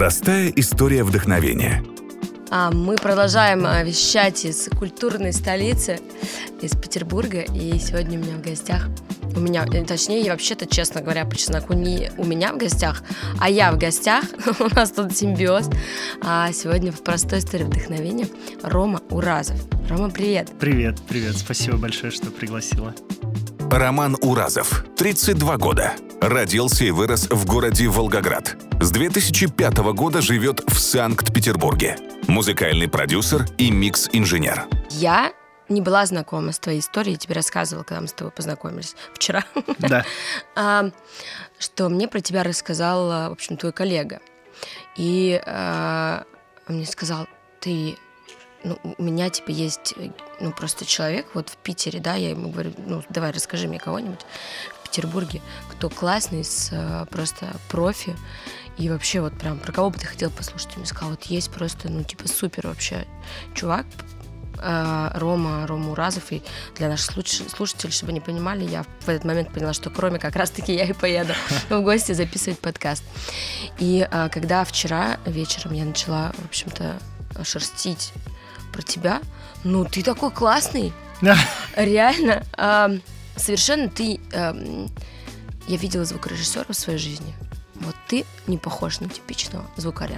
Простая история вдохновения. Мы продолжаем вещать из культурной столицы, из Петербурга. И сегодня у меня в гостях, точнее, вообще-то, честно говоря, по чесноку, не у меня в гостях, а я в гостях. У нас тут симбиоз. А сегодня в простой истории вдохновения Рома Уразов. Рома, привет. Привет. Спасибо большое, что пригласила. Роман Уразов, 32 года. Родился и вырос в городе Волгоград. С 2005 года живет в Санкт-Петербурге. Музыкальный продюсер и микс-инженер. Я не была знакома с твоей историей, я тебе рассказывала, когда мы с тобой познакомились вчера. Да. Что мне про тебя рассказал, в общем, твой коллега. И он мне сказал, у меня типа есть, просто человек вот в Питере, да, я ему говорю, давай расскажи мне кого-нибудь в Петербурге, кто классный, просто профи, и вообще вот прям про кого бы ты хотел послушать. Он мне сказал, вот есть просто, супер вообще чувак, Рома Уразов, и для наших слушателей, чтобы они понимали, я в этот момент поняла, что кроме как раз-таки я и поеду в гости записывать подкаст. И когда вчера вечером я начала, в общем-то, шерстить про тебя, ты такой классный, реально, совершенно ты, я видела звукорежиссера в своей жизни, вот ты не похож на типичного звукаря.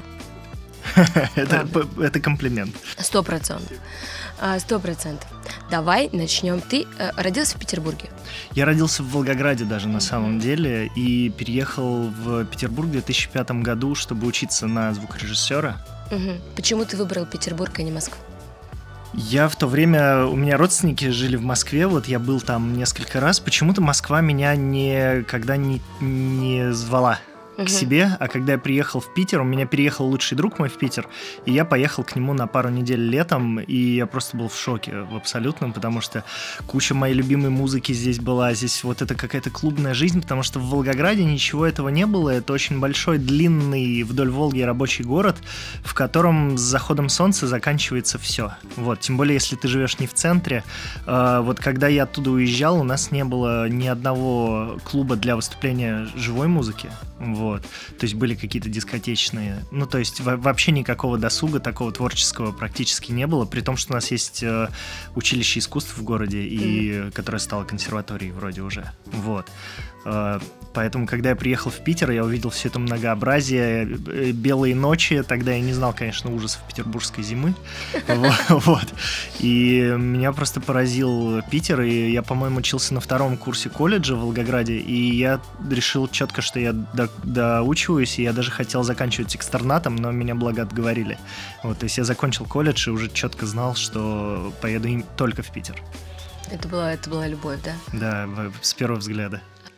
Это комплимент. 100%. Давай начнем. Ты родился в Петербурге? Я родился в Волгограде даже на самом деле и переехал в Петербург в 2005 году, чтобы учиться на звукорежиссера. Почему ты выбрал Петербург, а не Москву? Я в то время, у меня родственники жили в Москве, вот я был там несколько раз. Почему-то Москва меня никогда не звала к себе, а когда я приехал в Питер, у меня переехал лучший друг мой в Питер, и я поехал к нему на пару недель летом, и я просто был в шоке в абсолютном, потому что куча моей любимой музыки здесь была, здесь вот это какая-то клубная жизнь, потому что в Волгограде ничего этого не было, это очень большой, длинный вдоль Волги рабочий город, в котором с заходом солнца заканчивается все. Вот, тем более, если ты живешь не в центре. Вот когда я оттуда уезжал, у нас не было ни одного клуба для выступления живой музыки. Вот. То есть были какие-то дискотечные, то есть вообще никакого досуга такого творческого практически не было, при том, что у нас есть училище искусств в городе, и которое стало консерваторией вроде уже. Вот. Поэтому, когда я приехал в Питер, я увидел все это многообразие, белые ночи. Тогда я не знал, конечно, ужасов петербургской зимы. Вот. И меня просто поразил Питер. И я, по-моему, учился на 2-м курсе колледжа в Волгограде. И я решил четко, что я доучиваюсь. И я даже хотел заканчивать экстернатом, но меня, благо, отговорили. Вот. То есть я закончил колледж и уже четко знал, что поеду только в Питер. Это была любовь, да? Да, с первого взгляда.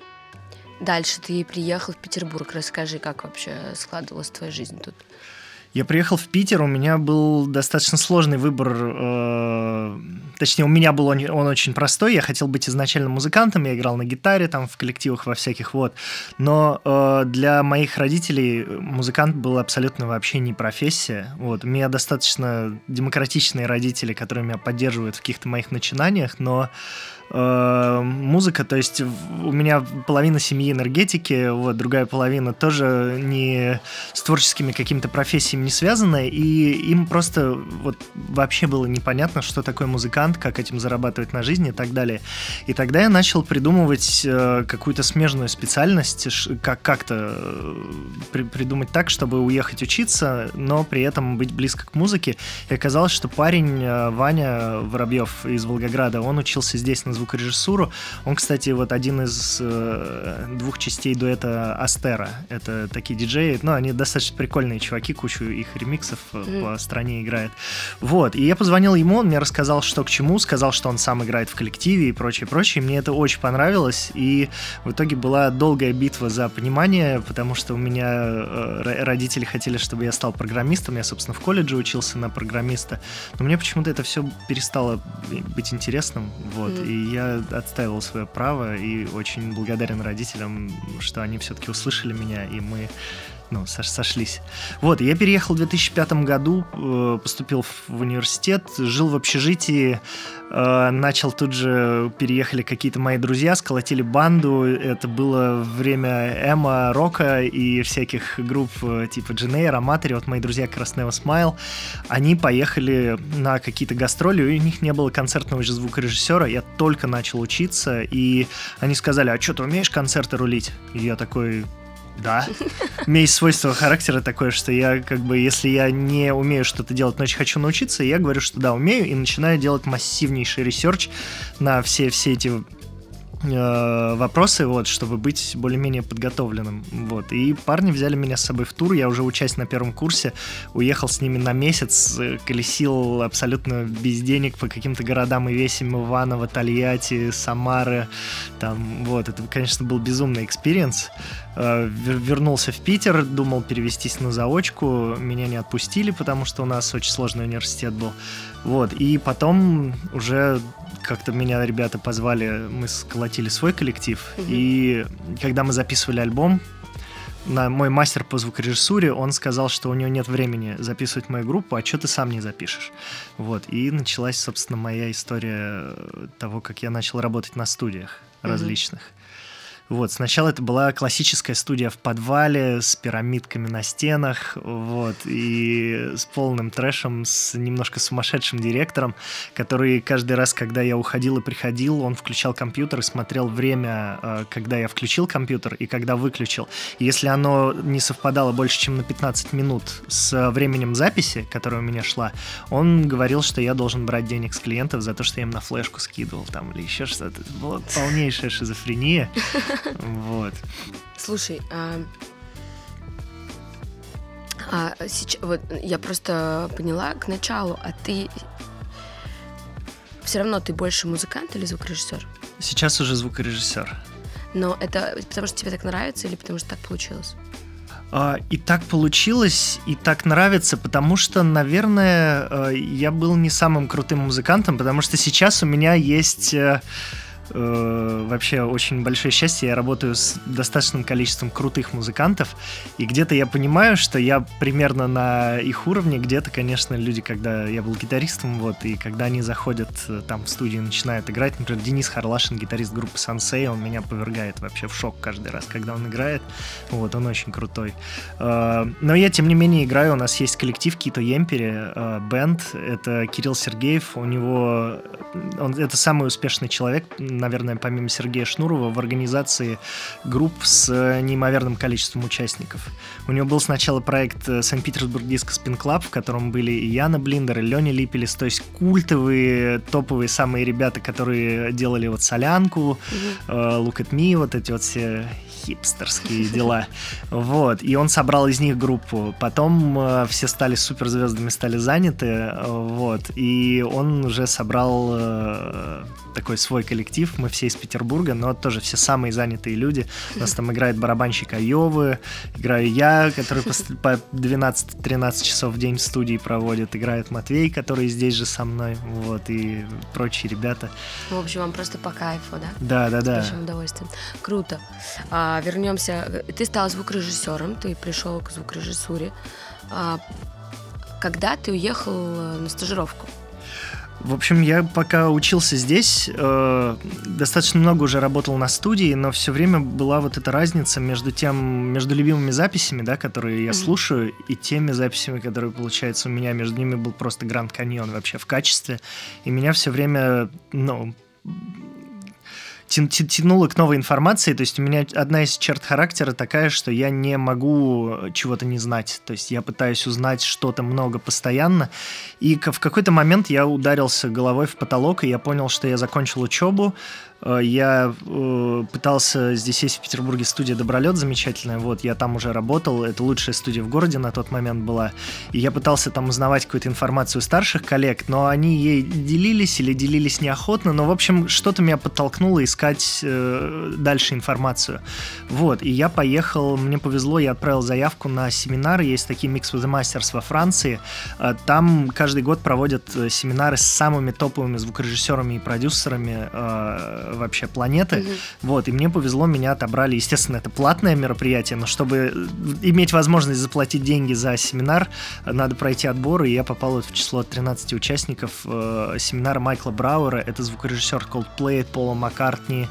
Дальше ты приехал в Петербург. Расскажи, как вообще складывалась твоя жизнь тут? Я приехал в Питер, у меня был достаточно сложный выбор, точнее, у меня был он очень простой, я хотел быть изначально музыкантом, я играл на гитаре, там, в коллективах во всяких, вот, но для моих родителей музыкант был абсолютно вообще не профессия, вот, у меня достаточно демократичные родители, которые меня поддерживают в каких-то моих начинаниях, но музыка, то есть у меня половина семьи энергетики, вот, другая половина тоже не с творческими какими-то профессиями не связана, и им просто вот вообще было непонятно, что такое музыкант, как этим зарабатывать на жизнь и так далее. И тогда я начал придумывать какую-то смежную специальность, как-то придумать так, чтобы уехать учиться, но при этом быть близко к музыке. И оказалось, что парень Ваня Воробьев из Волгограда, он учился здесь на звукорежиссуру. Он, кстати, вот один из 2 частей дуэта Астера. Это такие диджеи, они достаточно прикольные чуваки, кучу их ремиксов по стране играет. Вот, и я позвонил ему, он мне рассказал, что к чему, сказал, что он сам играет в коллективе и прочее. Мне это очень понравилось, и в итоге была долгая битва за понимание, потому что у меня родители хотели, чтобы я стал программистом, я, собственно, в колледже учился на программиста, но мне почему-то это все перестало быть интересным, вот, и я отстаивал свое право, и очень благодарен родителям, что они все-таки услышали меня, и мы сошлись. Вот, я переехал в 2005 году, поступил в университет, жил в общежитии, начал тут же, переехали какие-то мои друзья, сколотили банду, это было время эмо, рока и всяких групп типа Дженейр, Аматори, вот мои друзья как раз Нео Смайл, они поехали на какие-то гастроли, у них не было концертного же звукорежиссера, я только начал учиться, и они сказали: а что, ты умеешь концерты рулить? И я такой: да. У меня есть свойство характера такое, что я если я не умею что-то делать, но очень хочу научиться, я говорю, что да, умею, и начинаю делать массивнейший ресерч на все эти вопросы, вот, чтобы быть более-менее подготовленным. Вот. И парни взяли меня с собой в тур, я уже учась на первом курсе, уехал с ними на месяц, колесил абсолютно без денег по каким-то городам и весям: Иваново, Тольятти, Самары. Там, вот. Это, конечно, был безумный экспириенс. Вернулся в Питер, думал перевестись на заочку, меня не отпустили, потому что у нас очень сложный университет был. Вот. И потом уже как-то меня ребята позвали, мы сколотили свой коллектив, и когда мы записывали альбом, мой мастер по звукорежиссуре, он сказал, что у него нет времени записывать мою группу, а что ты сам не запишешь? Вот, и началась, собственно, моя история того, как я начал работать на студиях различных. Вот, сначала это была классическая студия в подвале с пирамидками на стенах, вот, и с полным трэшем, с немножко сумасшедшим директором, который каждый раз, когда я уходил и приходил, он включал компьютер и смотрел время, когда я включил компьютер и когда выключил. И если оно не совпадало больше, чем на 15 минут с временем записи, которая у меня шла, он говорил, что я должен брать денег с клиентов за то, что я им на флешку скидывал там или еще что-то. Это была полнейшая шизофрения. Вот. Слушай, сейчас, вот я просто поняла к началу, а ты все равно ты больше музыкант или звукорежиссер? Сейчас уже звукорежиссер. Но это потому что тебе так нравится или потому что так получилось? И так получилось, и так нравится, потому что, наверное, я был не самым крутым музыкантом, потому что сейчас у меня есть... вообще очень большое счастье, я работаю с достаточным количеством крутых музыкантов, и где-то я понимаю, что я примерно на их уровне, где-то, конечно, люди, когда я был гитаристом, вот, и когда они заходят там в студию и начинают играть, например, Денис Харлашин, гитарист группы Сансей, он меня повергает вообще в шок каждый раз, когда он играет, вот, он очень крутой. Но я, тем не менее, играю, у нас есть коллектив Кито Емпери, бэнд, это Кирилл Сергеев, это самый успешный человек, наверное, помимо Сергея Шнурова, в организации групп с неимоверным количеством участников. У него был сначала проект Санкт-Петербург Диско Спин Клаб, в котором были и Яна Блиндер, и Леня Липелис, то есть культовые, топовые самые ребята, которые делали вот Солянку, Look at Me, вот эти вот все хипстерские дела. Вот. И он собрал из них группу. Потом все стали суперзвездами, стали заняты. Вот. И он уже собрал такой свой коллектив. Мы все из Петербурга, но тоже все самые занятые люди. У нас там играет барабанщик Айовы, играю я, который по 12-13 часов в день в студии проводит. Играет Матвей, который здесь же со мной. Вот. И прочие ребята. В общем, вам просто по кайфу, да? Да. С большим удовольствием. Круто. Вернемся. Ты стал звукорежиссером, ты пришел к звукорежиссуре. Когда ты уехал на стажировку? В общем, я пока учился здесь, достаточно много уже работал на студии, но все время была вот эта разница между любимыми записями, да, которые я слушаю, и теми записями, которые, получается, у меня. Между ними был просто Гранд Каньон вообще в качестве. И меня все время, тянуло к новой информации, то есть у меня одна из черт характера такая, что я не могу чего-то не знать, то есть я пытаюсь узнать что-то много постоянно, и в какой-то момент я ударился головой в потолок, и я понял, что я закончил учебу. Я пытался, здесь есть в Петербурге студия «Добролет» замечательная, вот, я там уже работал, это лучшая студия в городе на тот момент была, и я пытался там узнавать какую-то информацию у старших коллег, но они ей делились или делились неохотно, но, в общем, что-то меня подтолкнуло искать дальше информацию, вот, и я поехал, мне повезло, я отправил заявку на семинары, есть такие Mix with the Masters во Франции, там каждый год проводят семинары с самыми топовыми звукорежиссерами и продюсерами вообще планеты. Вот, и мне повезло, меня отобрали. Естественно, это платное мероприятие, но чтобы иметь возможность заплатить деньги за семинар, надо пройти отбор, и я попал вот в число 13 участников семинара Майкла Брауэра. Это звукорежиссер Coldplay, Пола Маккартни,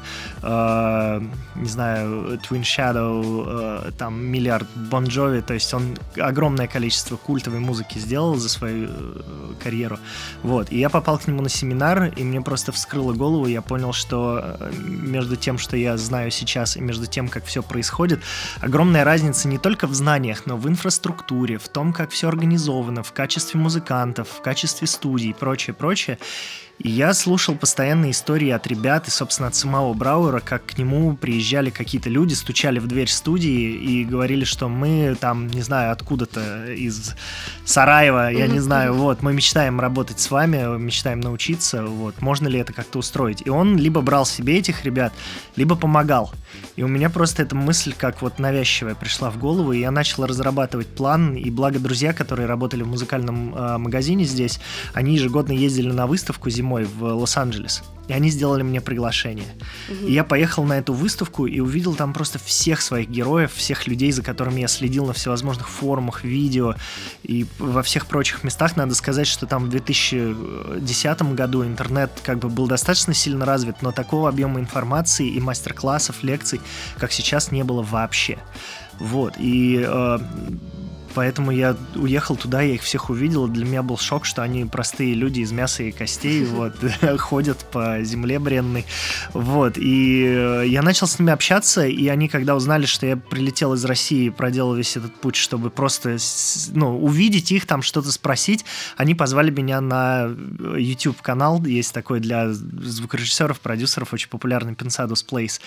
не знаю, Twin Shadow, там миллиард Bon Jovi, то есть он огромное количество культовой музыки сделал за свою карьеру. Вот, и я попал к нему на семинар, и мне просто вскрыло голову, я понял, что между тем, что я знаю сейчас, и между тем, как все происходит, огромная разница не только в знаниях, но в инфраструктуре, в том, как все организовано, в качестве музыкантов, в качестве студий и прочее. И я слушал постоянные истории от ребят и, собственно, от самого Брауэра, как к нему приезжали какие-то люди, стучали в дверь студии и говорили, что мы там, не знаю, откуда-то из Сараева, я не знаю, вот, мы мечтаем работать с вами, мечтаем научиться, вот, можно ли это как-то устроить. И он либо брал себе этих ребят, либо помогал. И у меня просто эта мысль как вот навязчивая пришла в голову, и я начал разрабатывать план, и благо друзья, которые работали в музыкальном магазине здесь, они ежегодно ездили на выставку зимой в Лос-Анджелес, и они сделали мне приглашение. И я поехал на эту выставку и увидел там просто всех своих героев, всех людей, за которыми я следил на всевозможных форумах, видео и во всех прочих местах. Надо сказать, что там в 2010 году интернет как бы был достаточно сильно развит, но такого объема информации и мастер-классов, лекций, как сейчас, не было вообще. Вот, и поэтому я уехал туда, я их всех увидел. Для меня был шок, что они простые люди из мяса и костей, вот, ходят по земле бренной. Вот, и я начал с ними общаться, и они, когда узнали, что я прилетел из России и проделал весь этот путь, чтобы просто, увидеть их, там что-то спросить, они позвали меня на YouTube-канал, есть такой для звукорежиссеров, продюсеров, очень популярный Pensados Place,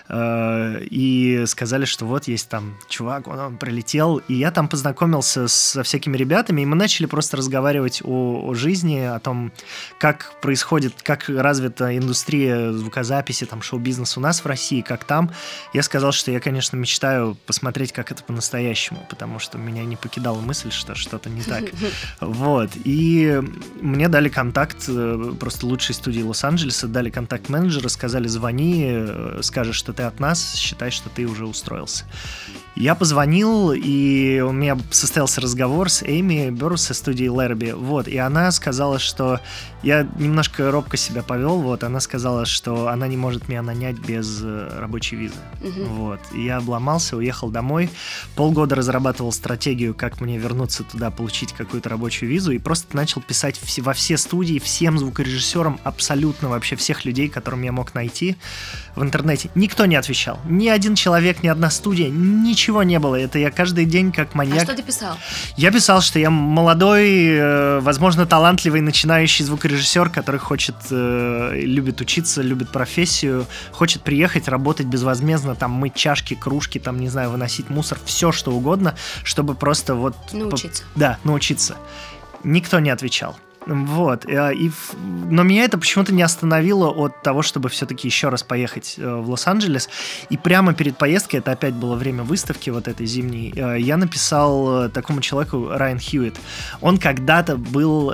и сказали, что вот есть там чувак, он прилетел, и я там познакомился со всякими ребятами, и мы начали просто разговаривать о жизни, о том, как происходит, как развита индустрия звукозаписи, там, шоу-бизнес у нас в России, как там. Я сказал, что я, конечно, мечтаю посмотреть, как это по-настоящему, потому что меня не покидала мысль, что что-то не так. Вот. И мне дали контакт просто лучшей студии Лос-Анджелеса, дали контакт менеджера, сказали, звони, скажешь, что ты от нас, считай, что ты уже устроился. Я позвонил, и у меня состоялся разговор с Эми Беррус со студии Лерби, вот, и она сказала, что я немножко робко себя повел, вот, она сказала, что она не может меня нанять без рабочей визы, вот, и я обломался, уехал домой, полгода разрабатывал стратегию, как мне вернуться туда, получить какую-то рабочую визу, и просто начал писать во все студии, всем звукорежиссерам, абсолютно вообще всех людей, которым я мог найти в интернете. Никто не отвечал, ни один человек, ни одна студия, ничего не было. Это я каждый день как маньяк. А что ты писал? Я писал, что я молодой, возможно, талантливый, начинающий звукорежиссер, который любит учиться, любит профессию, хочет приехать, работать безвозмездно, там, мыть чашки, кружки, там, не знаю, выносить мусор, все что угодно, чтобы просто вот... Научиться. Да, научиться. Никто не отвечал. Вот, но меня это почему-то не остановило от того, чтобы все-таки еще раз поехать в Лос-Анджелес. И прямо перед поездкой, это опять было время выставки вот этой зимней, я написал такому человеку, Райан Хьюитт. Он когда-то был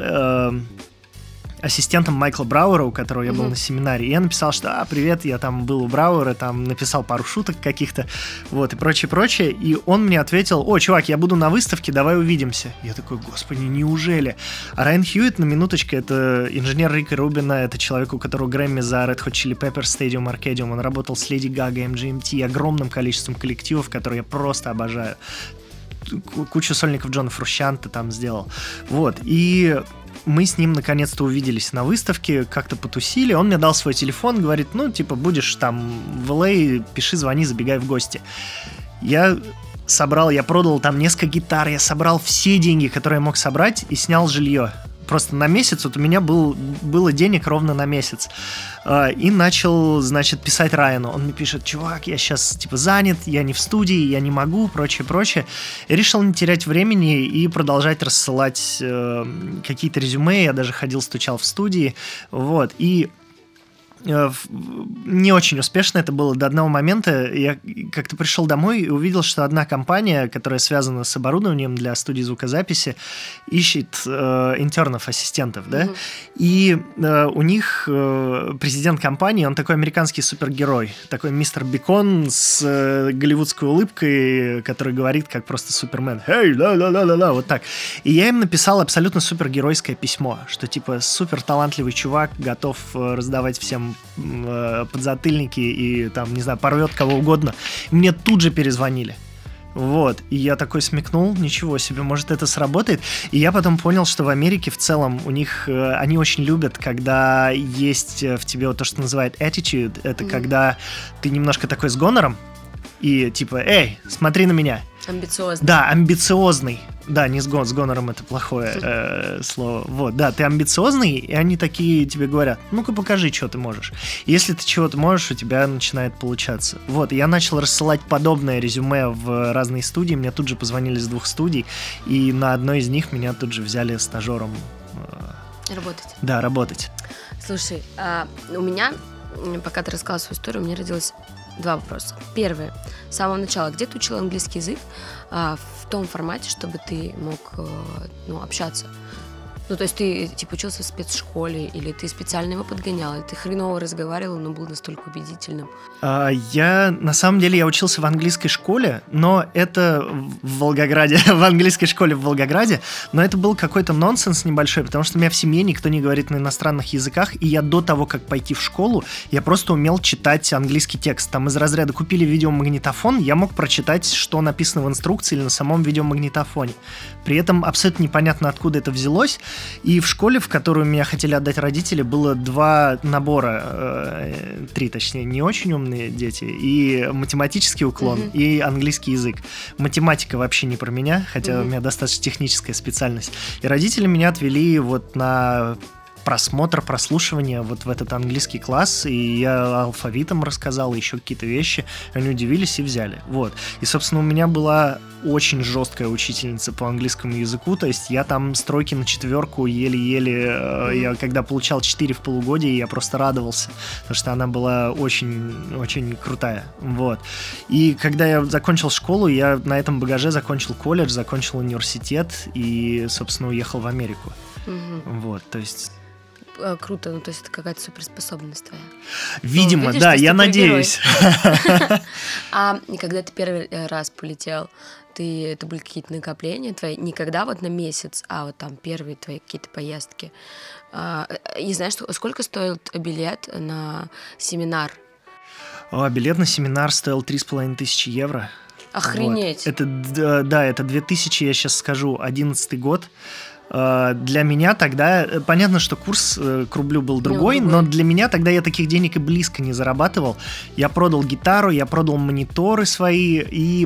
ассистентом Майкла Брауэра, у которого я был на семинаре, и я написал, что привет, я там был у Брауэра, там написал пару шуток каких-то, вот, и прочее, и он мне ответил, чувак, я буду на выставке, давай увидимся. Я такой, господи, неужели? А Райан Хьюитт, на минуточку, это инженер Рика Рубина, это человек, у которого Грэмми за Red Hot Chili Peppers, Stadium Arcadium, он работал с Леди Гагой, MGMT, огромным количеством коллективов, которые я просто обожаю. Кучу сольников Джона Фрусчанте там сделал. Вот, и мы с ним наконец-то увиделись на выставке, как-то потусили, он мне дал свой телефон, говорит, будешь там в Л.А., пиши, звони, забегай в гости. Я продал там несколько гитар, я собрал все деньги, которые я мог собрать, и снял жилье. Просто на месяц, вот у меня было денег ровно на месяц. И начал, писать Райану. Он мне пишет, чувак, я сейчас, занят, я не в студии, я не могу, прочее. Я решил не терять времени и продолжать рассылать какие-то резюме. Я даже ходил, стучал в студии. Вот, и не очень успешно это было до одного момента. Я как-то пришел домой и увидел, что одна компания, которая связана с оборудованием для студии звукозаписи, ищет интернов, ассистентов, да? И у них президент компании, он такой американский супергерой, такой мистер Бекон с голливудской улыбкой, который говорит как просто Супермен. «Эй, ла-ла-ла-ла-ла», вот так. И я им написал абсолютно супергеройское письмо, что типа супер талантливый чувак, готов раздавать всем подзатыльники и там, не знаю, порвет кого угодно. Мне тут же перезвонили. Вот, и я такой смекнул, ничего себе, может это сработает. И я потом понял, что в Америке в целом у них, они очень любят, когда есть в тебе вот то, что называют attitude. Это когда ты немножко такой с гонором и типа, эй, смотри на меня. Амбициозный. Да, амбициозный. Да, не с гонором, это плохое слово. Вот, да, ты амбициозный, и они такие тебе говорят, ну-ка покажи, что ты можешь. И если ты чего-то можешь, у тебя начинает получаться. Вот, и я начал рассылать подобное резюме в разные студии, мне тут же позвонили с 2 студий, и на одной из них меня тут же взяли стажером. Работать. Да, работать. Слушай, у меня, пока ты рассказала свою историю, у меня родилось 2 вопроса. Первый. С самого начала, где ты учил английский язык в том формате, чтобы ты мог общаться? Ну, то есть ты типа учился в спецшколе, или ты специально его подгонял, или ты хреново разговаривал, но был настолько убедительным? На самом деле, я учился в английской школе, но это в Волгограде, в английской школе в Волгограде, но это был какой-то нонсенс небольшой, потому что у меня в семье никто не говорит на иностранных языках, и я до того, как пойти в школу, я просто умел читать английский текст. Там из разряда купили видеомагнитофон, я мог прочитать, что написано в инструкции или на самом видеомагнитофоне. При этом абсолютно непонятно, откуда это взялось. И в школе, в которую меня хотели отдать родители, было 2 набора, 3 точнее, не очень умные дети, и математический уклон, и английский язык. Математика вообще не про меня, хотя у меня достаточно техническая специальность. И родители меня отвели вот на просмотр, прослушивание вот в этот английский класс, и я алфавитом рассказал, еще какие-то вещи, они удивились и взяли. Вот. И, собственно, у меня была очень жесткая учительница по английскому языку, то есть я там с 3 на 4 еле-еле, я когда получал 4 в полугодие, я просто радовался, потому что она была очень-очень крутая. Вот. И когда я закончил школу, я на этом багаже закончил колледж, закончил университет и, собственно, уехал в Америку. Вот, то есть... Круто, ну то есть это какая-то суперспособность твоя. Видимо, видишь, да, я надеюсь. А когда ты первый раз полетел, это были какие-то накопления твои? Не когда вот на месяц, а вот там первые твои какие-то поездки. И знаешь, сколько стоил билет на семинар? Билет на семинар стоил 3500 евро. Охренеть! Вот. Это 2000, я сейчас скажу, 11 год. Для меня тогда, понятно, что курс к рублю был другой, но для меня тогда я таких денег и близко не зарабатывал. Я продал гитару, я продал мониторы свои, и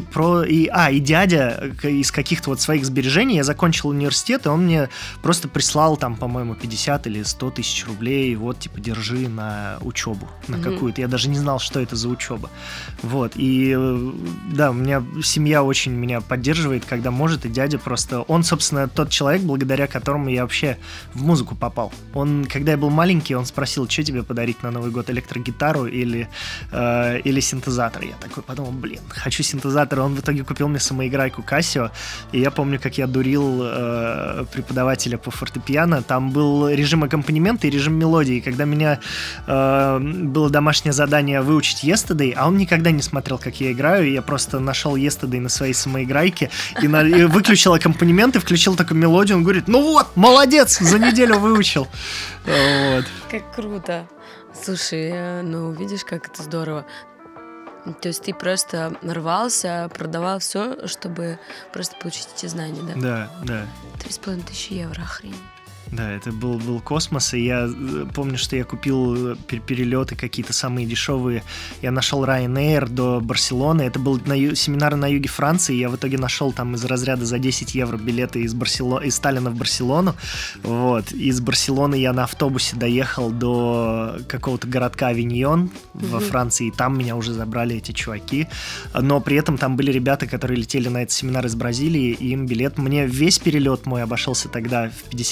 дядя из каких-то вот своих сбережений, я закончил университет, и он мне просто прислал там, по-моему, 50 или 100 тысяч рублей, вот, типа, держи на учебу, на какую-то. Я даже не знал, что это за учеба. Вот, и да, у меня семья очень меня поддерживает, когда может, и дядя просто, он, собственно, тот человек, благодаря которому я вообще в музыку попал. Он, когда я был маленький, он спросил, что тебе подарить на Новый год, электрогитару или синтезатор. Я такой подумал, хочу синтезатор. Он в итоге купил мне самоиграйку Casio, и я помню, как я дурил преподавателя по фортепиано. Там был режим аккомпанемента и режим мелодии. Когда у меня было домашнее задание выучить Yesterday, а он никогда не смотрел, как я играю, и я просто нашел Yesterday на своей самоиграйке и выключил аккомпанемент и включил такую мелодию. Он говорит, ну вот, молодец, за неделю выучил. Вот. Как круто. Слушай, ну видишь, как это здорово. То есть ты просто рвался, продавал все, чтобы просто получить эти знания, да? Да. 3500 евро, охренеть. Да, это был космос, и я помню, что я купил перелеты какие-то самые дешевые. Я нашел Ryanair до Барселоны. Это был семинар на юге Франции. Я в итоге нашел там из разряда за 10 евро билеты из Таллина в Барселону. Вот. Из Барселоны я на автобусе доехал до какого-то городка Авиньон во Франции, и там меня уже забрали эти чуваки. Но при этом там были ребята, которые летели на этот семинар из Бразилии, и им билет... Мне весь перелет мой обошелся тогда в 50 евро.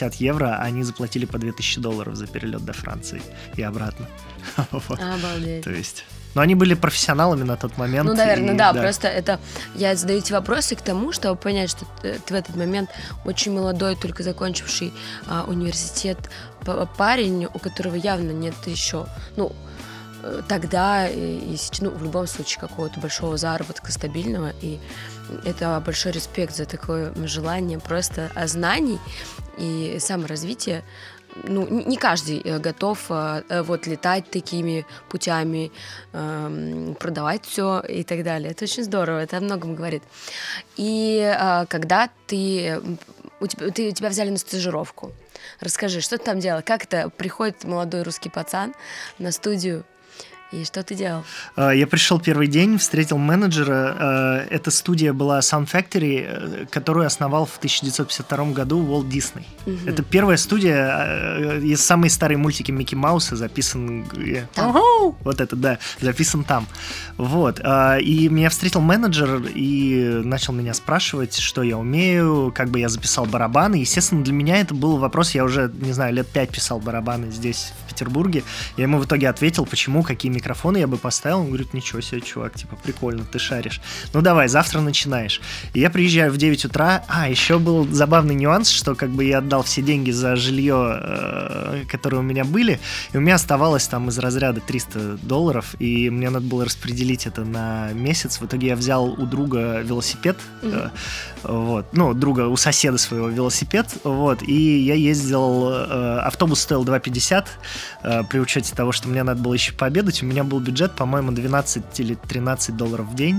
евро, а они заплатили по $2000 за перелет до Франции и обратно. Обалдеть. То есть... Но они были профессионалами на тот момент. Ну, наверное, да. Просто это... Я задаю эти вопросы к тому, чтобы понять, что ты в этот момент очень молодой, только закончивший университет парень, у которого явно нет еще... тогда и в любом случае какого-то большого заработка стабильного, и это большой респект за такое желание просто знаний и саморазвития. Не каждый готов летать такими путями, продавать все и так далее. Это очень здорово, это о многом говорит. И когда тебя взяли на стажировку, расскажи, что ты там делал? Как это приходит молодой русский пацан на студию? И что ты делал? Я пришел первый день, встретил менеджера. Эта студия была Sound Factory, которую основал в 1952 году Уолт Дисней. Это первая студия, из самой старой мультики Микки Мауса записан... Вот это, да, записан там. Вот. И меня встретил менеджер и начал меня спрашивать, что я умею, как бы я записал барабаны. Естественно, для меня это был вопрос, я уже, не знаю, лет 5 писал барабаны здесь, в Петербурге. Я ему в итоге ответил, почему, какие микрофоны я бы поставил. Он говорит, ничего себе, чувак, типа, прикольно, ты шаришь. Ну давай, завтра начинаешь. И я приезжаю в 9 утра. Еще был забавный нюанс, что как бы я отдал все деньги за жилье, которые у меня были, и у меня оставалось там из разряда $300, и мне надо было распределить это на месяц. В итоге я взял у друга велосипед, друга, у соседа своего велосипед, и я ездил, автобус стоил $2.50, при учете того, что мне надо было еще пообедать. У меня был бюджет, по-моему, $12 или $13 в день,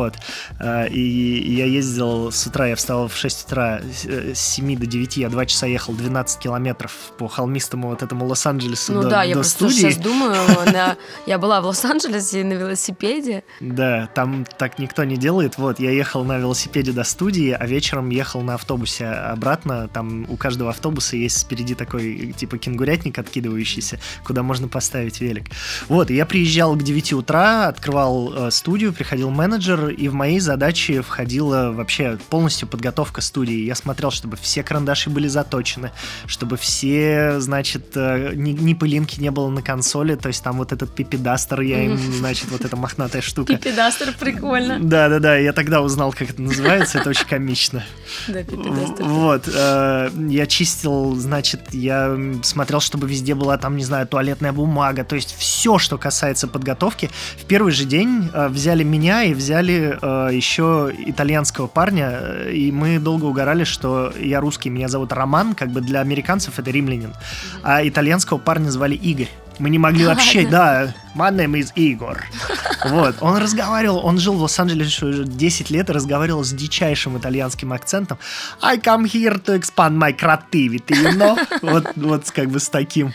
и я ездил с утра, я встал в 6 утра, с 7 до 9, я 2 часа ехал 12 километров по холмистому вот этому Лос-Анджелесу до студии. Я просто сейчас думаю, я была в Лос-Анджелесе на велосипеде. Да, там так никто не делает, я ехал на велосипеде до студии, а вечером ехал на автобусе обратно, там у каждого автобуса есть спереди такой, типа, кенгурятник откидывающийся, куда можно поставить велик. И я приезжал к 9 утра, открывал студию, приходил менеджер, и в мои задачи входила вообще полностью подготовка студии. Я смотрел, чтобы все карандаши были заточены, чтобы все, значит, ни пылинки не было на консоли, то есть там вот этот пипидастер, я им, значит, вот эта мохнатая штука. Пипидастер, прикольно. Да, я тогда узнал, как это называется, это очень комично. Да, пипидастер. Я чистил, значит, я смотрел, чтобы везде была там, не знаю, туалетная бумага, то есть все, что касается подготовки. В первый же день взяли меня и взяли еще итальянского парня, и мы долго угорали, что я русский, меня зовут Роман, как бы для американцев это римлянин, а итальянского парня звали Игорь. Мы не могли вообще, my name is Igor. Он разговаривал, он жил в Лос-Анджелесе уже 10 лет и разговаривал с дичайшим итальянским акцентом. I come here to expand my creativity, you know? Как бы с таким.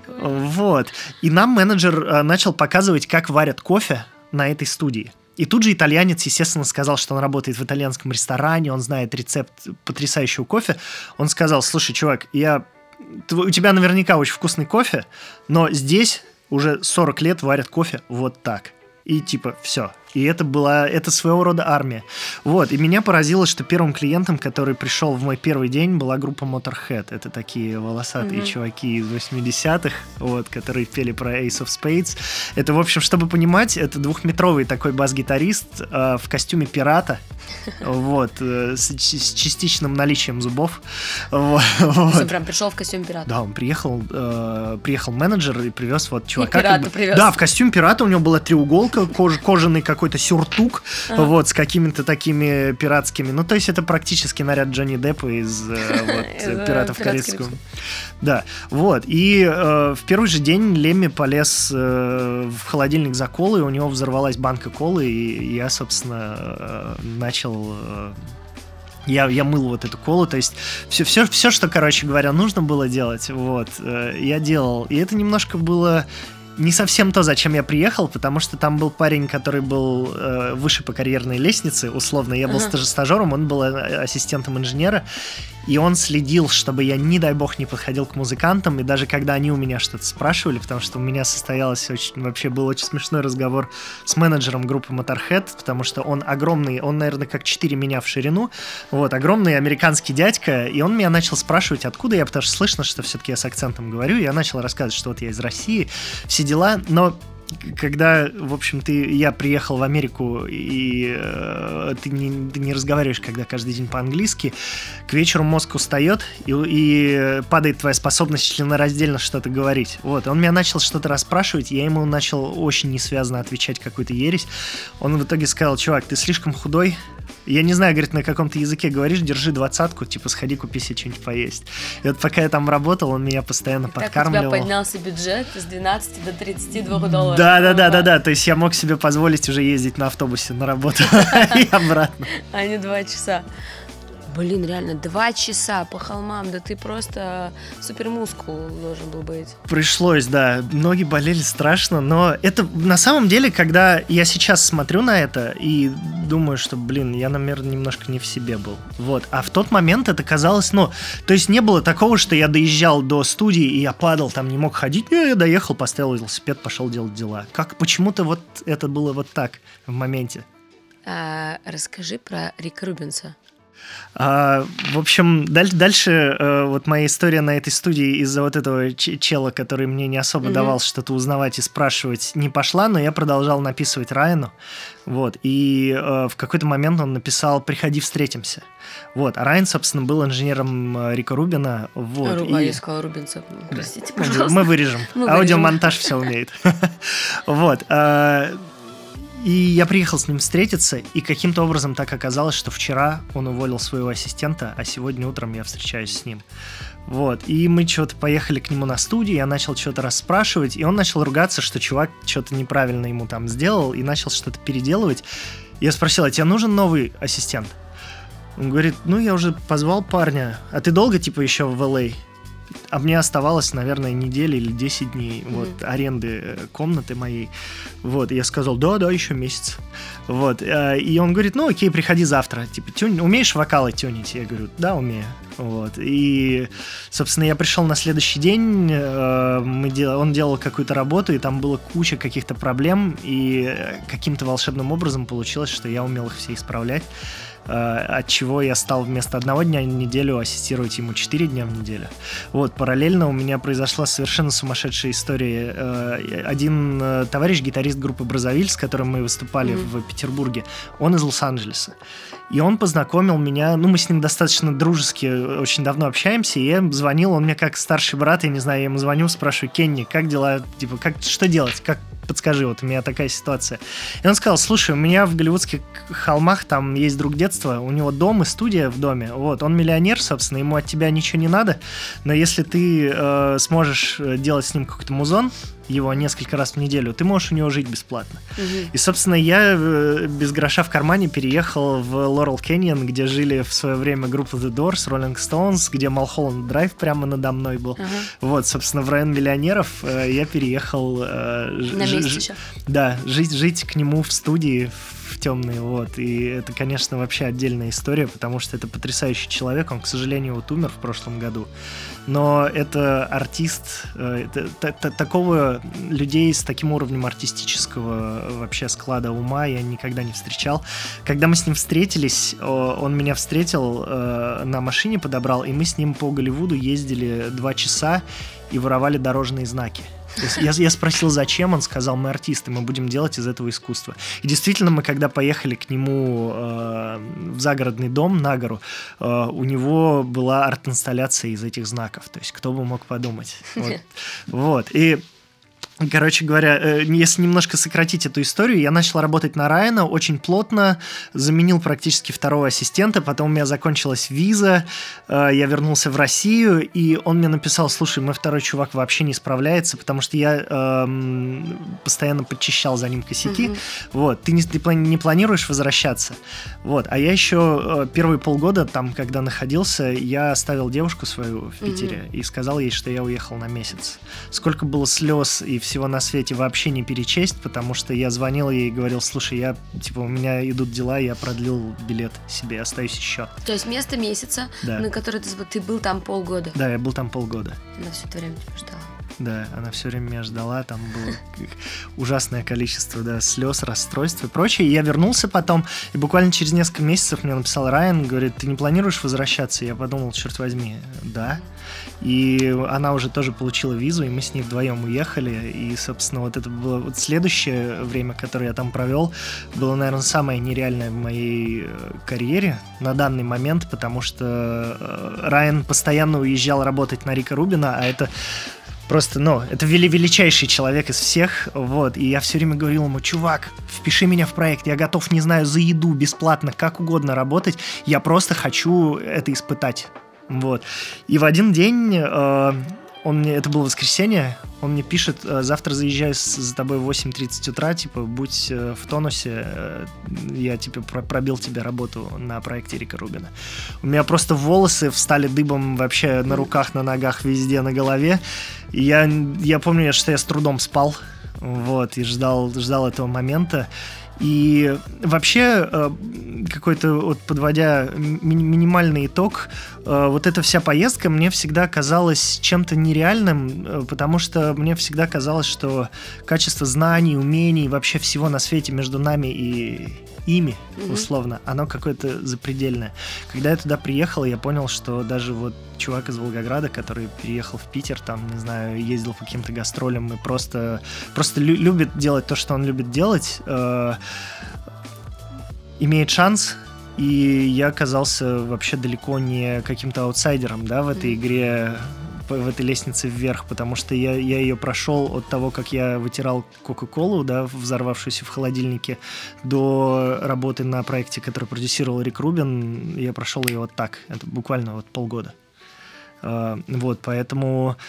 И нам менеджер начал показывать, как варят кофе на этой студии. И тут же итальянец, естественно, сказал, что он работает в итальянском ресторане, он знает рецепт потрясающего кофе. Он сказал, слушай, чувак, у тебя наверняка очень вкусный кофе, но здесь уже 40 лет варят кофе вот так. И типа все. И это своего рода армия. И меня поразило, что первым клиентом, который пришел в мой первый день, была группа Motorhead. Это такие волосатые чуваки из 80-х, которые пели про Ace of Spades. Это, в общем, чтобы понимать, это 2-метровый такой бас-гитарист в костюме пирата, с частичным наличием зубов. Он прям пришел в костюме пирата? Да, он приехал менеджер и привез чувака. И пирата привез. Да, в костюме пирата у него была треуголка, кожаный какой-то сюртук, с какими-то такими пиратскими. То есть это практически наряд Джонни Деппа из «Пиратов Карибского». Да, и в первый же день Лемми полез в холодильник за колой, у него взорвалась банка колы, и я, собственно, начал... Я мыл эту колу, то есть все, что, короче говоря, нужно было делать, я делал. И это немножко было не совсем то, зачем я приехал, потому что там был парень, который был выше по карьерной лестнице, условно. Я был стажером, он был ассистентом инженера. и он следил, чтобы я, не дай бог, не подходил к музыкантам, и даже когда они у меня что-то спрашивали, потому что у меня вообще был очень смешной разговор с менеджером группы Motorhead, потому что он огромный, он, наверное, как 4 меня в ширину, вот, огромный американский дядька, и он меня начал спрашивать, откуда я, потому что слышно, что все-таки я с акцентом говорю, я начал рассказывать, что вот я из России, все дела, но когда, в общем, я приехал в Америку, и ты не разговариваешь, когда каждый день по-английски, к вечеру мозг устает, и падает твоя способность членораздельно что-то говорить. Вот, он меня начал что-то расспрашивать, я ему начал очень несвязно отвечать какую-то ересь. Он в итоге сказал: чувак, ты слишком худой, я не знаю, говорит, на каком ты языке говоришь, держи 20-ку, типа, сходи, купи себе что-нибудь поесть. И вот пока я там работал, он меня постоянно подкармливал. Так у тебя поднялся бюджет с 12 до 32 долларов. Да. То есть я мог себе позволить уже ездить на автобусе на работу и обратно. А не 2 часа. Блин, реально, 2 часа по холмам, да ты просто супермускул должен был быть. Пришлось, да. Ноги болели страшно, но это на самом деле, когда я сейчас смотрю на это и думаю, что, блин, я, наверное, немножко не в себе был. Вот. А в тот момент это казалось, то есть не было такого, что я доезжал до студии, и я падал, там не мог ходить. Я доехал, поставил велосипед, пошел делать дела. Почему-то вот это было вот так в моменте. Расскажи про Рика Рубинса. В общем, дальше вот моя история на этой студии из-за вот этого чела, который мне не особо давал что-то узнавать и спрашивать, не пошла, но я продолжал написывать Райану, вот, и в какой-то момент он написал «Приходи, встретимся». Вот, а Райан, собственно, был инженером Рика Рубина. Вот, я сказала Рубинса, простите, пожалуйста. Мы вырежем. Аудиомонтаж все умеет. Вот, и я приехал с ним встретиться, и каким-то образом так оказалось, что вчера он уволил своего ассистента, а сегодня утром я встречаюсь с ним. Вот, и мы что-то поехали к нему на студию, я начал что-то расспрашивать, и он начал ругаться, что чувак что-то неправильно ему там сделал, и начал что-то переделывать. Я спросил: а тебе нужен новый ассистент? Он говорит: я уже позвал парня. А ты долго, типа, еще в LA? А мне оставалось, наверное, неделя или 10 дней вот, аренды комнаты моей. Вот, и я сказал: да, еще месяц. Вот, и он говорит: окей, приходи завтра. Типа, умеешь вокалы тюнить? Я говорю: да, умею. Вот, и, собственно, я пришел на следующий день, он делал какую-то работу, и там было куча каких-то проблем, и каким-то волшебным образом получилось, что я умел их все исправлять. От чего я стал вместо 1 дня в неделю ассистировать ему 4 дня в неделю. Вот, параллельно у меня произошла совершенно сумасшедшая история. Один товарищ, гитарист группы Бразовиль, с которым мы выступали в Петербурге, он из Лос-Анджелеса. И он познакомил меня, мы с ним достаточно дружески очень давно общаемся, и я звонил, он мне как старший брат, я не знаю, я ему звоню, спрашиваю: Кенни, как дела, типа, что делать, подскажи, вот у меня такая ситуация. И он сказал: слушай, у меня в Голливудских холмах там есть друг детства, у него дом и студия в доме, вот, он миллионер, собственно, ему от тебя ничего не надо, но если ты сможешь делать с ним какой-то музон, его несколько раз в неделю, ты можешь у него жить бесплатно. И, собственно, я без гроша в кармане переехал в Лорел Кэньон, где жили в свое время группа The Doors, Rolling Stones, где Малхолланд Драйв прямо надо мной был. Вот, собственно, в район миллионеров я переехал жить к нему в студии, в темные, вот. И это, конечно, вообще отдельная история, потому что это потрясающий человек. Он, к сожалению, вот умер в прошлом году. Но это артист, такого людей с таким уровнем артистического вообще склада ума я никогда не встречал. Когда мы с ним встретились, он меня встретил, на машине подобрал, и мы с ним по Голливуду ездили 2 часа и воровали дорожные знаки. Я спросил, зачем, он сказал: мы артисты, мы будем делать из этого искусство. И действительно, мы когда поехали к нему в загородный дом на гору, у него была арт-инсталляция из этих знаков. То есть кто бы мог подумать. Вот. И короче говоря, если немножко сократить эту историю, я начал работать на Райана очень плотно, заменил практически 2-го ассистента, потом у меня закончилась виза, я вернулся в Россию, и он мне написал: слушай, мой 2-й чувак вообще не справляется, потому что я постоянно подчищал за ним косяки, вот, ты не планируешь возвращаться? Вот, а я еще первые полгода, там, когда находился, я оставил девушку свою в Питере и сказал ей, что я уехал на месяц. Сколько было слез и всего на свете вообще не перечесть, потому что я звонил ей и говорил: слушай, у меня идут дела, я продлил билет себе, остаюсь еще. То есть вместо месяца, на который ты был там полгода? Да, я был там полгода. Она все это время тебя ждала? Да, она все время меня ждала, там было ужасное количество слез, расстройств и прочее. И я вернулся потом, и буквально через несколько месяцев мне написал Райан, говорит: ты не планируешь возвращаться? Я подумал: черт возьми, да. И она уже тоже получила визу, и мы с ней вдвоем уехали. И, собственно, вот это было следующее время, которое я там провел, было, наверное, самое нереальное в моей карьере на данный момент, потому что Райан постоянно уезжал работать на Рика Рубина, а это просто, это величайший человек из всех, вот, и я все время говорил ему: чувак, впиши меня в проект, я готов, не знаю, за еду, бесплатно, как угодно работать, я просто хочу это испытать, вот. И в один день, это было воскресенье, он мне пишет: завтра заезжаю за тобой в 8:30 утра, будь в тонусе, я пробил тебе работу на проекте Рика Рубина. У меня просто волосы встали дыбом вообще на руках, на ногах, везде, на голове. И я помню, что я с трудом спал, вот, и ждал этого момента. И вообще, какой-то, подводя минимальный итог, вот эта вся поездка мне всегда казалась чем-то нереальным, потому что мне всегда казалось, что качество знаний, умений, вообще всего на свете между нами и ими, условно, оно какое-то запредельное. Когда я туда приехал, я понял, что даже чувак из Волгограда, который переехал в Питер, там, не знаю, ездил по каким-то гастролям и просто любит делать то, что он любит делать, имеет шанс, и я оказался вообще далеко не каким-то аутсайдером, в этой игре, в этой лестнице вверх, потому что я ее прошел от того, как я вытирал Кока-Колу, взорвавшуюся в холодильнике, до работы на проекте, который продюсировал Рик Рубин. Я прошел ее вот так, это буквально полгода. Поэтому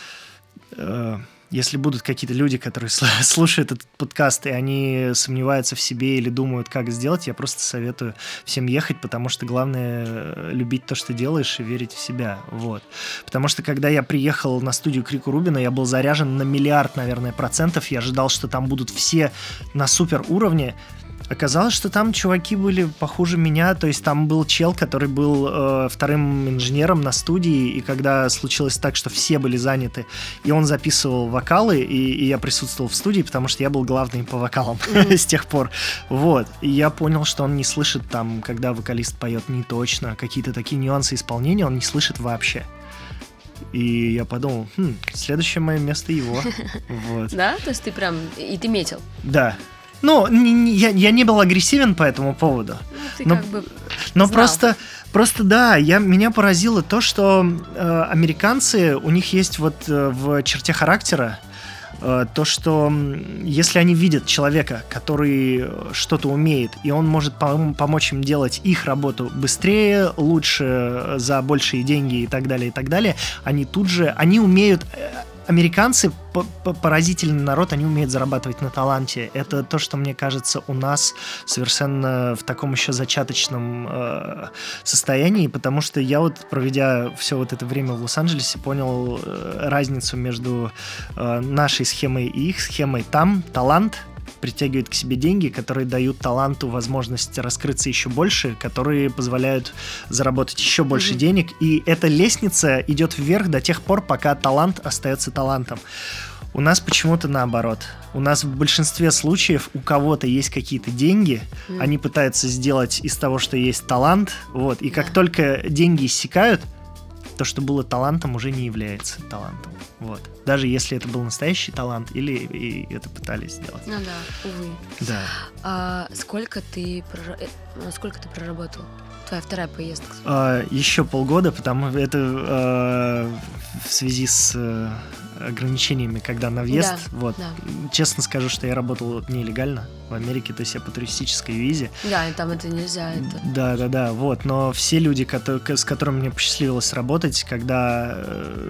если будут какие-то люди, которые слушают этот подкаст, и они сомневаются в себе или думают, как сделать, я просто советую всем ехать, потому что главное любить то, что делаешь, и верить в себя. Потому что когда я приехал на студию к Рику Рубину, я был заряжен на 1 миллиард, наверное, процентов. Я ожидал, что там будут все на супер уровне. Оказалось, что там чуваки были похуже меня, то есть там был чел, который был вторым инженером на студии, и когда случилось так, что все были заняты, и он записывал вокалы, и я присутствовал в студии, потому что я был главным по вокалам с тех пор, и я понял, что он не слышит там, когда вокалист поет не точно, какие-то такие нюансы исполнения он не слышит вообще. И я подумал: следующее мое место его. Да? То есть ты прям... И ты метил? Да. Я не был агрессивен по этому поводу. Но просто да, меня поразило то, что американцы, у них есть в черте характера то, что если они видят человека, который что-то умеет, и он может помочь им делать их работу быстрее, лучше, за большие деньги и так далее, они умеют... Американцы, поразительный народ, они умеют зарабатывать на таланте. Это то, что, мне кажется, у нас совершенно в таком еще зачаточном состоянии, потому что я проведя все это время в Лос-Анджелесе, понял разницу между нашей схемой и их схемой. Там талант притягивает к себе деньги, которые дают таланту возможность раскрыться еще больше, которые позволяют заработать еще больше денег. И эта лестница идет вверх до тех пор, пока талант остается талантом. У нас почему-то наоборот. У нас в большинстве случаев у кого-то есть какие-то деньги, они пытаются сделать из того, что есть талант, и как только деньги иссякают, то, что было талантом, уже не является талантом. Даже если это был настоящий талант, или это пытались сделать. Ну да, увы. Да. Сколько ты проработал? Твоя вторая поездка? Еще полгода, потому что это в связи с ограничениями, когда на въезд. Да. Честно скажу, что я работал нелегально в Америке, то есть я по туристической визе. Да, и там это нельзя. Да. Но все люди, с которыми мне посчастливилось работать, когда...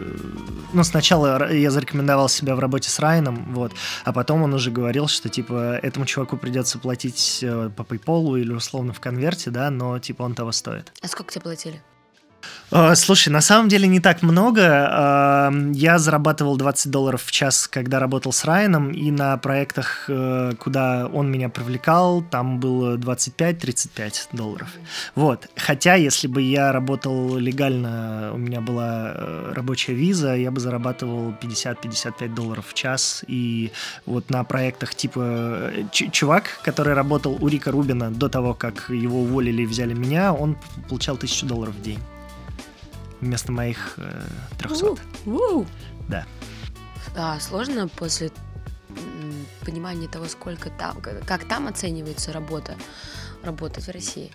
сначала я зарекомендовал себя в работе с Райаном, а потом он уже говорил, что, этому чуваку придется платить по PayPal или условно в конверте, но, он того стоит. А сколько тебе платили? Слушай, на самом деле не так много. Я зарабатывал $20 в час, когда работал с Райаном, и на проектах, куда он меня привлекал, там было $25-35. Вот. Хотя, если бы я работал легально, у меня была рабочая виза, я бы зарабатывал $50-55 в час. И вот на проектах типа чувак, который работал у Рика Рубина до того, как его уволили и взяли меня, он получал $1000 в день. Вместо моих 300. Да. Сложно после понимания того, сколько там, как там оценивается работать в России?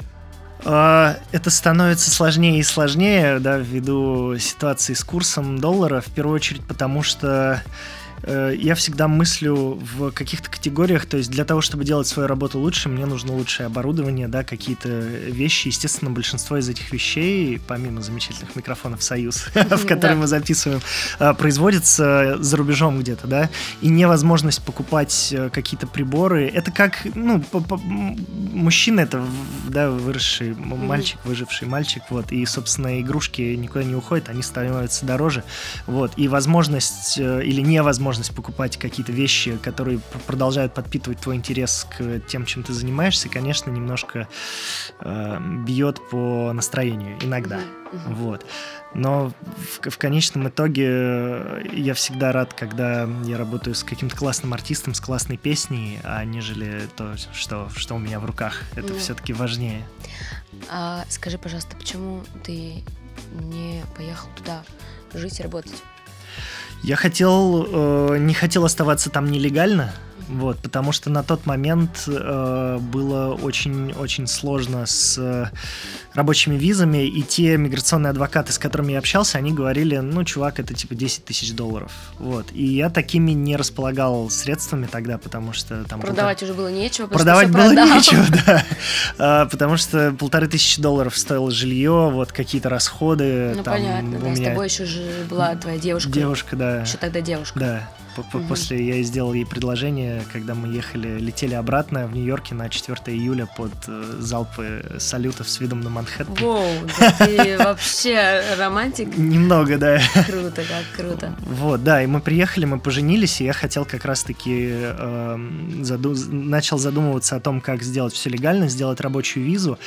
Это становится сложнее и сложнее, да, ввиду ситуации с курсом доллара, в первую очередь потому, что я всегда мыслю в каких-то категориях, то есть для того, чтобы делать свою работу лучше, мне нужно лучшее оборудование, да, какие-то вещи. Естественно, большинство из этих вещей, помимо замечательных микрофонов «Союз», в которые мы записываем, производится за рубежом где-то, да, и невозможность покупать какие-то приборы. Это как, мужчина, это, да, выросший мальчик, выживший мальчик, вот, и, собственно, игрушки никуда не уходят, они становятся дороже, вот, и возможность или невозможность покупать какие-то вещи, которые продолжают подпитывать твой интерес к тем, чем ты занимаешься, конечно, немножко бьет по настроению иногда. Вот. Но в конечном итоге я всегда рад, когда я работаю с каким-то классным артистом, с классной песней, а нежели то, что у меня в руках. Это все-таки важнее. Скажи, пожалуйста, почему ты не поехал туда жить и работать? Я не хотел оставаться там нелегально, вот, потому что на тот момент было очень-очень сложно с рабочими визами, и те миграционные адвокаты, с которыми я общался, они говорили, чувак, это типа $10 000, вот, и я такими не располагал средствами тогда, потому что там... Продавать уже было нечего, продавать было нечего, да, потому что $1500 стоило жилье, вот, какие-то расходы. Понятно, да, с тобой еще же была твоя девушка. Девушка, да. Еще тогда девушка. Да. После я сделал ей предложение, когда мы летели обратно в Нью-Йорке на 4 июля под залпы салютов с видом на Манхэттен. Воу, да ты вообще романтик. Немного, да. Круто, как круто. Вот, да, и мы приехали, мы поженились, и я хотел как раз-таки начал задумываться о том, как сделать все легально, сделать рабочую визу.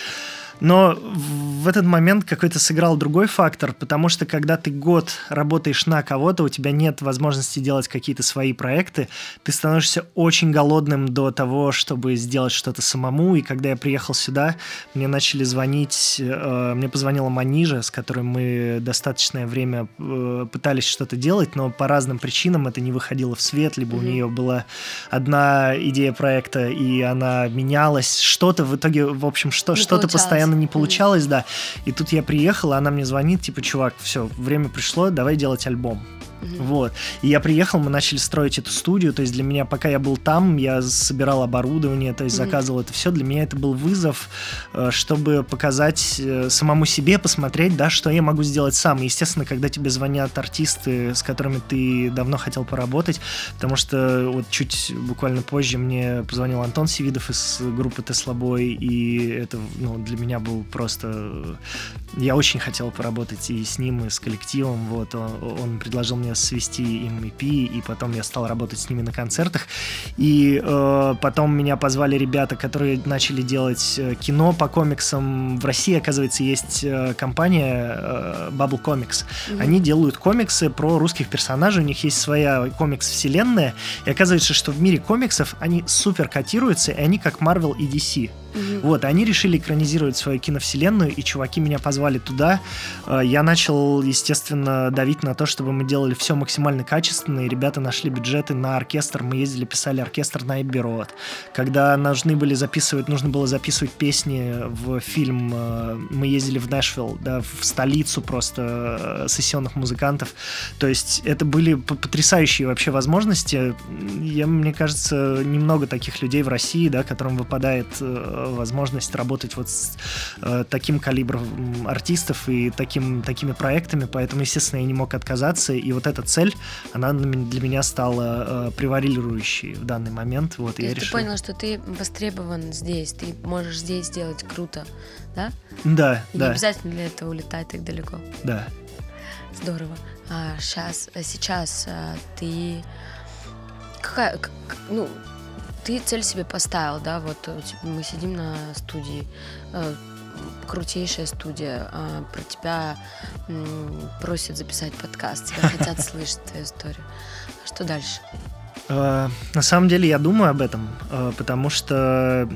Но в этот момент какой-то сыграл другой фактор, потому что когда ты год работаешь на кого-то, у тебя нет возможности делать какие-то свои проекты, ты становишься очень голодным до того, чтобы сделать что-то самому, и когда я приехал сюда, мне начали звонить, мне позвонила Манижа, с которой мы достаточное время пытались что-то делать, но по разным причинам это не выходило в свет, либо у нее была одна идея проекта, и она менялась, что-то в итоге, в общем, что-то постоянно не получалось, да. И тут я приехал, и она мне звонит, типа, чувак, все, время пришло, давай делать альбом. Вот. И я приехал, мы начали строить эту студию, то есть для меня, пока я был там, я собирал оборудование, то есть заказывал это все, для меня это был вызов, чтобы показать самому себе, посмотреть, да, что я могу сделать сам. И, естественно, когда тебе звонят артисты, с которыми ты давно хотел поработать, потому что вот чуть буквально позже мне позвонил Антон Севидов из группы Tesla Boy, и это, для меня был просто... Я очень хотел поработать и с ним, и с коллективом, вот, он предложил мне свести им EP, и потом я стал работать с ними на концертах, и потом меня позвали ребята, которые начали делать кино по комиксам. В России, оказывается, есть компания Bubble Comics. Они делают комиксы про русских персонажей, у них есть своя комикс-вселенная, и оказывается, что в мире комиксов они супер котируются, и они как Marvel и DC. Вот, они решили экранизировать свою киновселенную, и чуваки меня позвали туда. Я начал, естественно, давить на то, чтобы мы делали все максимально качественно, и ребята нашли бюджеты на оркестр. Мы ездили, писали оркестр на Эбби Роуд. Когда нужно было записывать песни в фильм, мы ездили в Нэшвилл, да, в столицу просто сессионных музыкантов. То есть это были потрясающие вообще возможности. Мне кажется, немного таких людей в России, да, которым выпадает возможность работать вот с таким калибром артистов и такими проектами, поэтому, естественно, я не мог отказаться, и вот эта цель, она для меня стала превалирующей в данный момент. Вот, То я есть решил... ты понял, что ты востребован здесь, ты можешь здесь сделать круто, да? Да, И да. не обязательно для этого улетать так далеко. Да. Здорово. Сейчас ты... ты цель себе поставил, да? Вот мы сидим на студии, крутейшая студия, про тебя просят записать подкаст, тебя хотят слышать твою историю. Что дальше? На самом деле я думаю об этом, потому что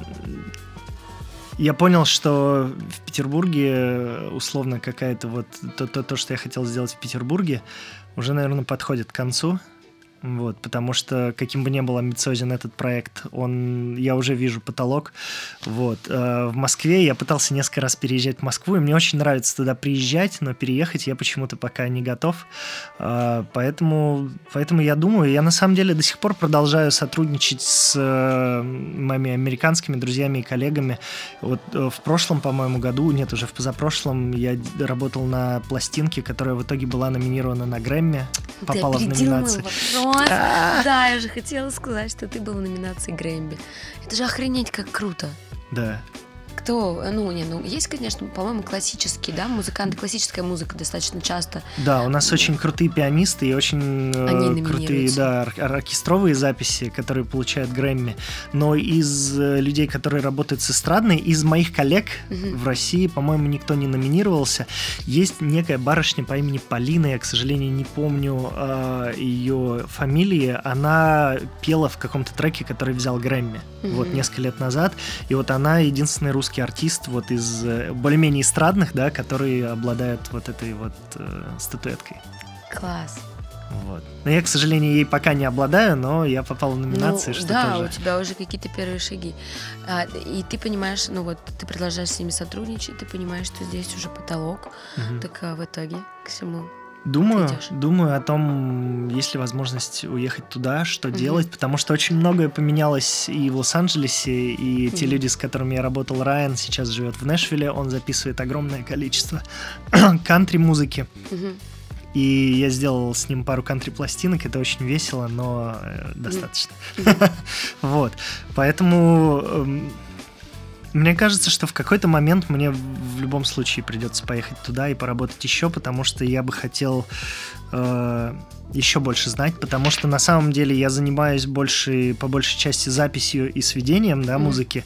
я понял, что в Петербурге условно какая-то вот то, что я хотел сделать в Петербурге, уже, наверное, подходит к концу. Вот, потому что, каким бы ни был амбициозен этот проект, я уже вижу потолок. Вот. В Москве я пытался несколько раз переезжать в Москву, и мне очень нравится туда приезжать, но переехать я почему-то пока не готов. Поэтому я думаю, я на самом деле до сих пор продолжаю сотрудничать с моими американскими друзьями и коллегами. Вот в прошлом, по-моему, году, нет, уже в позапрошлом, я работал на пластинке, которая в итоге была номинирована на Грэмми, попала в номинацию. Да, я же хотела сказать, что ты был в номинации Грэмми. Это же охренеть как круто. Да. Кто? Есть, конечно, по-моему, классические, да, музыканты, классическая музыка достаточно часто. Да, у нас очень крутые пианисты и очень крутые, да, оркестровые записи, которые получают Грэмми. Но из людей, которые работают с эстрадной, из моих коллег в России, по-моему, никто не номинировался. Есть некая барышня по имени Полина, я, к сожалению, не помню ее фамилии. Она пела в каком-то треке, который взял Грэмми вот несколько лет назад. И вот она единственный русский артист вот из более-менее эстрадных, да, которые обладают вот этой вот статуэткой. Класс. Вот. Но я, к сожалению, ей пока не обладаю, но я попал в номинации, что да, тоже. У тебя уже какие-то первые шаги. И ты понимаешь, ты продолжаешь с ними сотрудничать, ты понимаешь, что здесь уже потолок. Так в итоге к чему? Думаю о том, есть ли возможность уехать туда, что делать, потому что очень многое поменялось и в Лос-Анджелесе, и те люди, с которыми я работал, Райан, сейчас живет в Нэшвилле, он записывает огромное количество кантри-музыки. И я сделал с ним пару кантри-пластинок, это очень весело, но достаточно. Вот, поэтому... Мне кажется, что в какой-то момент мне в любом случае придется поехать туда и поработать еще, потому что я бы хотел еще больше знать, потому что на самом деле я занимаюсь по большей части записью и сведением, да, музыки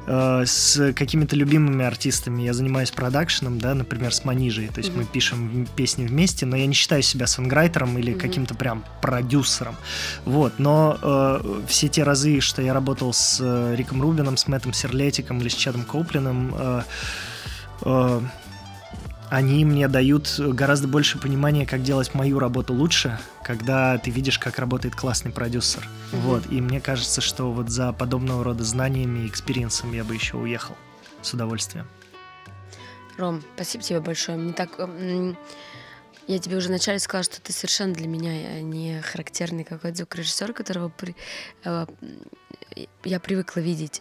с какими-то любимыми артистами. Я занимаюсь продакшеном, да, например, с Манижей, то есть мы пишем песни вместе, но я не считаю себя сонграйтером или каким-то прям продюсером. Вот, но все те разы, что я работал с Риком Рубином, с Мэттом Серлетиком или с Чадом Коупленом, они мне дают гораздо больше понимания, как делать мою работу лучше, когда ты видишь, как работает классный продюсер. Вот. И мне кажется, что вот за подобного рода знаниями и экспириенсом я бы еще уехал с удовольствием. Ром, спасибо тебе большое. Я тебе уже вначале сказала, что ты совершенно для меня не характерный какой-то звукорежиссер, которого я привыкла видеть.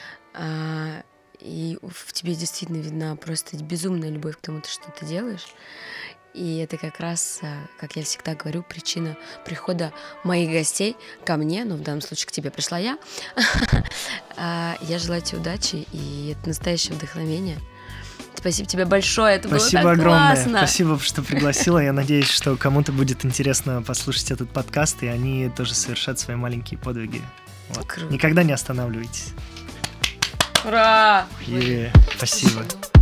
И в тебе действительно видна просто безумная любовь к тому, что ты делаешь. И это как раз, как я всегда говорю, причина прихода моих гостей ко мне, в данном случае к тебе пришла я. Я желаю тебе удачи, и это настоящее вдохновение. Спасибо тебе большое, это Спасибо было так огромное. Классно. Спасибо, что пригласила. Я надеюсь, что кому-то будет интересно послушать этот подкаст, и они тоже совершат свои маленькие подвиги. Вот. Никогда не останавливайтесь. Ура! Спасибо.